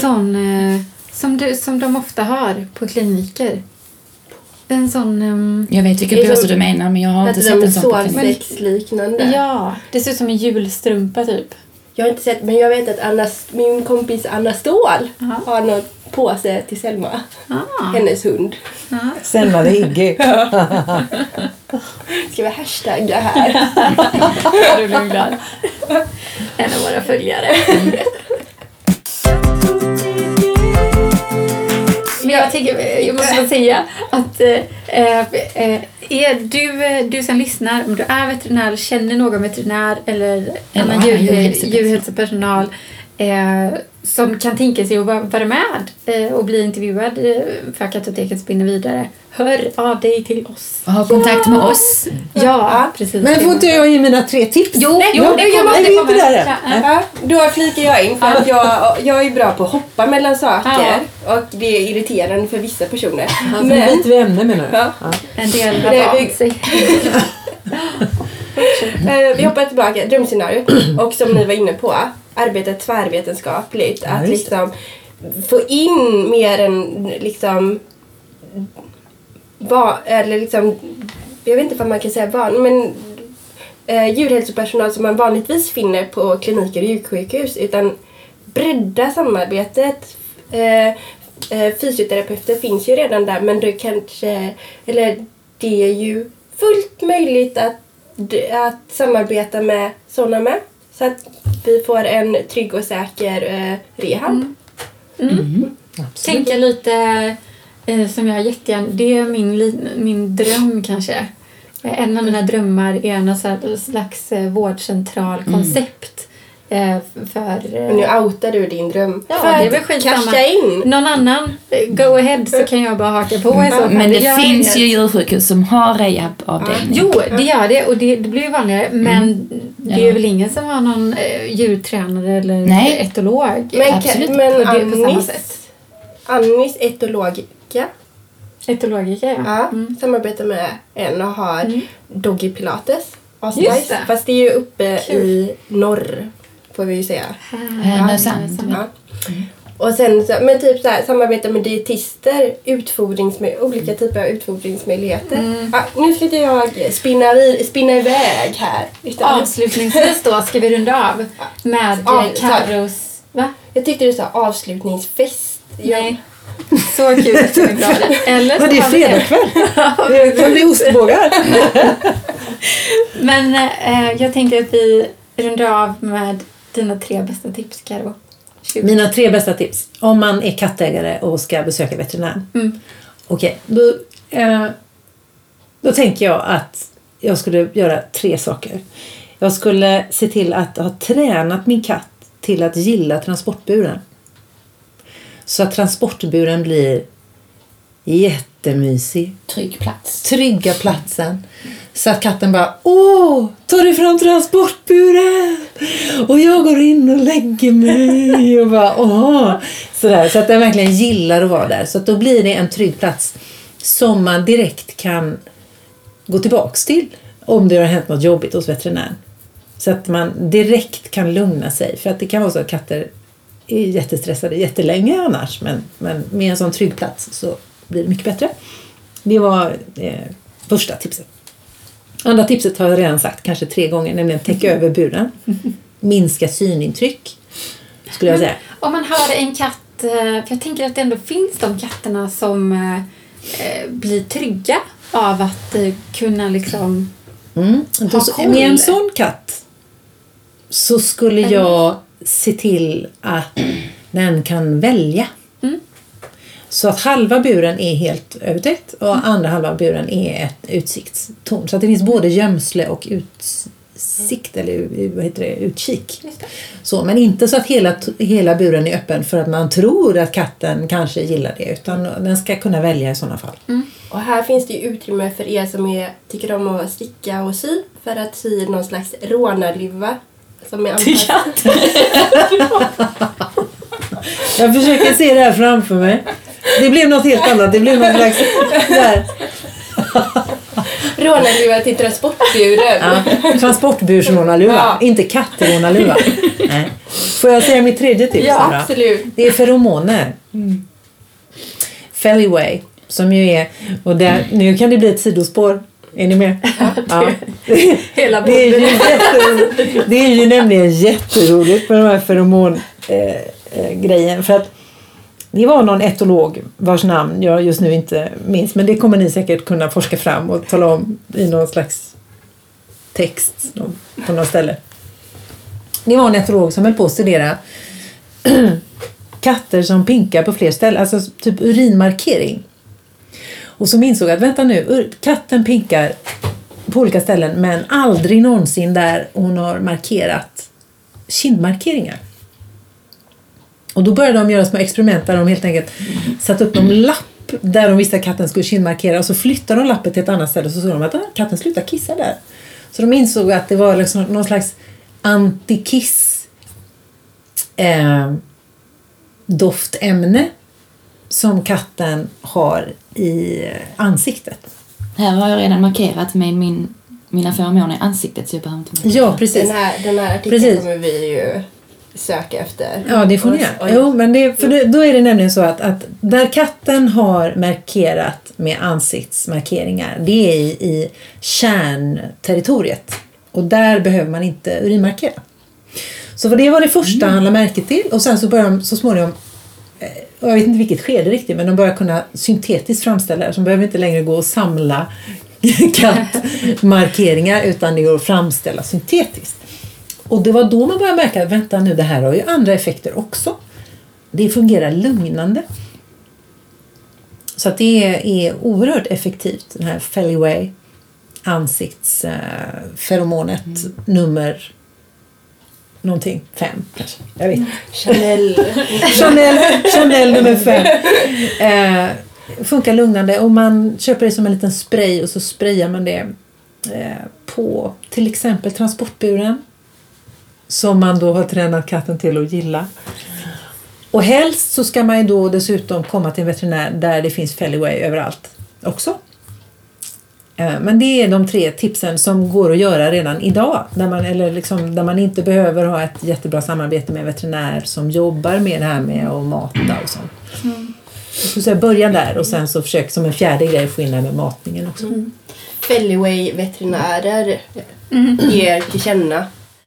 Som de ofta har på kliniker. En sån... Jag vet vilken påse du menar, men jag har inte sett en sån på kliniker. Sovsexliknande. Ja, det ser ut som en julstrumpa typ. Jag har inte sett, men jag vet att min kompis Anna Ståhl har någon påse till Selma. Hennes hund. Selma är Iggy. Ska vi hashtagga här? Du blir glad. En av våra följare. Men jag måste bara säga att är du som lyssnar, om du är veterinär, känner någon veterinär eller annan djurhälsopersonal som kan tänka sig att vara med och bli intervjuad för Kattoteket spinner vidare, hör av dig till oss. Och ha kontakt med oss. Ja, precis. Men får inte jag ge mina 3 tips? Jo, det gör inte där. Ja, då flikar jag in för att jag är bra på att hoppa mellan saker och det är irriterande för vissa personer. Men byter vi ämne menar du? Ja. En del har av sig. Vi hoppar tillbaka, drömscenario. Och som ni var inne på, arbeta tvärvetenskapligt. Att liksom få in mer än liksom eller liksom, jag vet inte vad man kan säga men djurhälsopersonal som man vanligtvis finner på kliniker och djursjukhus, utan bredda samarbetet. Fysioterapeuter finns ju redan där, men det är ju fullt möjligt att samarbeta med sådana med, så att vi får en trygg och säker rehab. Tänka lite som jag jättegärna, det är min dröm kanske. En av mina drömmar är någon slags vårdcentralkoncept. Nu outar du din dröm. Ja, det är väl skitsamma. Casha in. Någon annan, go ahead, så kan jag bara haka på. Men det finns ju djursjukhus som har rehabavdelning. Jo, det gör det och det blir ju vanligare. Men det är väl ingen som har någon djurtränare eller etolog. Men på samma sätt. Annis etologika. Etologiker, ja. Samarbetar med en och har doggy pilates. Just det. Fast det är ju uppe i norr, får vi ju säga. Ja. Och sen men typ så här, samarbeta med dietister, olika typer av utfodringsmöjligheter. Nu ska inte jag spinna iväg här. Avslutningsvis då ska vi runda av med Carros... Va? Jag tyckte du sa avslutningsfest. Nej. Så kul att det är bra. Eller så det är fredagkväll. Det kan bli ostbågar. Men jag tänker att vi rundar av med dina 3 bästa tips, Karo. Mina 3 bästa tips. Om man är kattägare och ska besöka veterinären. Okej, då tänker jag att jag skulle göra 3 saker. Jag skulle se till att ha tränat min katt till att gilla transportburen. Så att transportburen blir jättemysig. Trygga platsen. Så att katten bara, tar du fram transportburen? Och jag går in och lägger mig. Och bara, sådär. Så att den verkligen gillar att vara där. Så att då blir det en trygg plats som man direkt kan gå tillbaks till om det har hänt något jobbigt hos veterinären. Så att man direkt kan lugna sig. För att det kan vara så att katter är jättestressade jättelänge annars. Men med en sån trygg plats så blir det mycket bättre. Det var första tipset. Andra tipset har jag redan sagt kanske 3 gånger. Nämligen täcka över buren. Minska synintryck. Skulle jag säga. Om man hör en katt. För jag tänker att det ändå finns de katterna som blir trygga av att kunna liksom ha koll. Med en sån katt så skulle jag se till att den kan välja. Så att halva buren är helt övertäckt och andra halva buren är ett utsiktstorn. Så att det finns både gömsle och utsikt eller utkik. Så, men inte så att hela buren är öppen för att man tror att katten kanske gillar det, utan den ska kunna välja i sådana fall. Och här finns det ju utrymme för er som tycker om att sticka och sy, för att sy någon slags rånarluva som är anpassad. Jag försöker se det här framför mig. Det blev något helt annat. Det blev något slags där. Rånarluva till transportburen. Transportbursrånarluva. Ja. Inte kattrånarluva. Nej. Får jag säga mitt 3:e tips? Ja, absolut. Det är feromoner. Feliway. Som ju är... Och där, nu kan det bli ett sidospår. Är ni med? Ja. Hela det är ju nämligen jätteroligt med de här feromongrejen. För att det var någon etolog vars namn jag just nu inte minns. Men det kommer ni säkert kunna forska fram och tala om i någon slags text på något ställe. Det var en etolog som höll på att studera katter som pinkar på fler ställen. Alltså typ urinmarkering. Och så insåg att vänta nu, katten pinkar på olika ställen men aldrig någonsin där hon har markerat kindmarkeringar. Och då började de göra små experiment där de helt enkelt satte upp en lapp där de visste att katten skulle kindmarkera och så flyttade de lappen till ett annat ställe och så såg de att katten slutade kissa där. Så de insåg att det var liksom någon slags antikiss doftämne som katten har i ansiktet. Här har jag redan markerat med mina feromoner i ansiktet så jag behöver inte markera. Ja, precis. Den här artikeln kommer vi ju söka efter. Ja, det får ni göra. Jo, men då är det nämligen så att där katten har markerat med ansiktsmarkeringar, det är i kärnterritoriet. Och där behöver man inte urinmarkera. Så det var det första han lade märke till. Och sen så började de så småningom, jag vet inte vilket skede riktigt, men de börjar kunna syntetiskt framställa det. Så de behöver inte längre gå och samla kattmarkeringar utan det går att framställa syntetiskt. Och det var då man började märka, vänta nu, det här har ju andra effekter också. Det fungerar lugnande. Så att det är oerhört effektivt, den här Feliway ansiktsferomonet nummer någonting, 5 kanske. Jag vet. Chanel nummer 5. Funkar lugnande och man köper det som en liten spray och så sprayar man det på till exempel transportburen som man då har tränat katten till att gilla. Och helst så ska man ju då dessutom komma till en veterinär där det finns Feliway överallt också. Men det är de 3 tipsen som går att göra redan idag. Där man inte behöver ha ett jättebra samarbete med veterinär som jobbar med det här med att mata och sånt. Jag skulle säga börja där och sen så försök som en 4:e grej få in det med matningen också. Feliway-veterinärer ger till känna.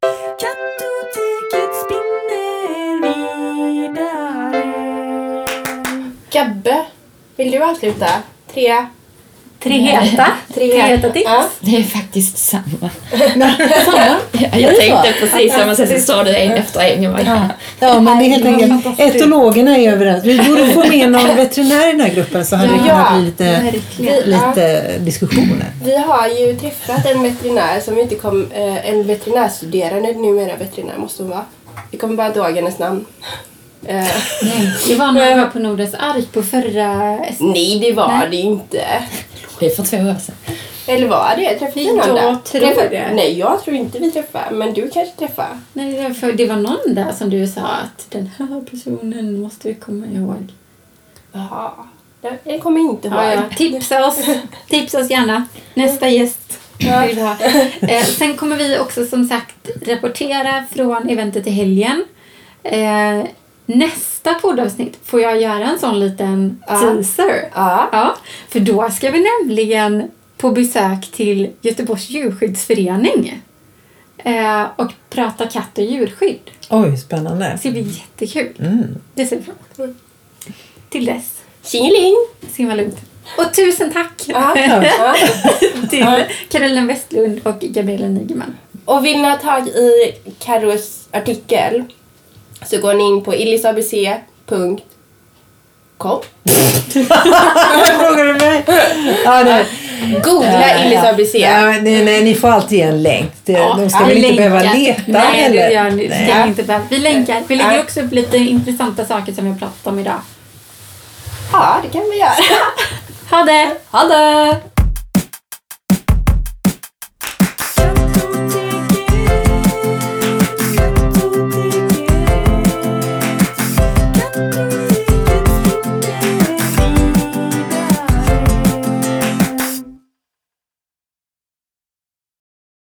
Gabbe, vill du avsluta? 3 heta tips. Ja. Det är faktiskt samma. Jag tänkte precis samma sätt så sa du en efter en. Ja, men det är helt enkelt etologerna är överens. Vi borde få med någon veterinär i den här gruppen så hade det kunnat bli lite diskussioner. Vi har ju träffat en veterinär som inte kom, en veterinärstuderande, numera veterinär måste hon vara. Vi kommer bara inte ihåg hennes namn. Nej, det var när jag var på Nordens ark på förra... Nej, det var det inte. Det är för 2 år sedan. Eller var det? Träffade jag tror det. Nej, jag tror inte vi träffade. Men du kanske träffade. Nej, det var någon där som du sa att den här personen måste vi komma ihåg. Jaha, jag kommer inte ihåg. Ja. Tipsa oss gärna. Nästa gäst. Ja. Sen kommer vi också som sagt rapportera från eventet i helgen. Nästa poddavsnitt får jag göra en sån liten teaser. Ja, för då ska vi nämligen på besök till Göteborgs djurskyddsförening och prata katt- och djurskydd. Oj, spännande. Så det blir jättekul. Det ser vi fram emot. Till dess. Tjingeling! Simma lugnt. Och tusen tack till Caroline Westlund och Gabriella Nigeman. Och vill ni ha tag i Carros artikel så går ni in på illisabc.com. Frågar du mig? Googla Illisabc. Nej, ni får alltid en länk. De ska väl inte behöva leta. Nej, det gör ni. Inte behöva. Vi länkar. Vi lägger också upp lite intressanta saker som vi har pratat om idag. Ja, det kan vi göra. Ha det!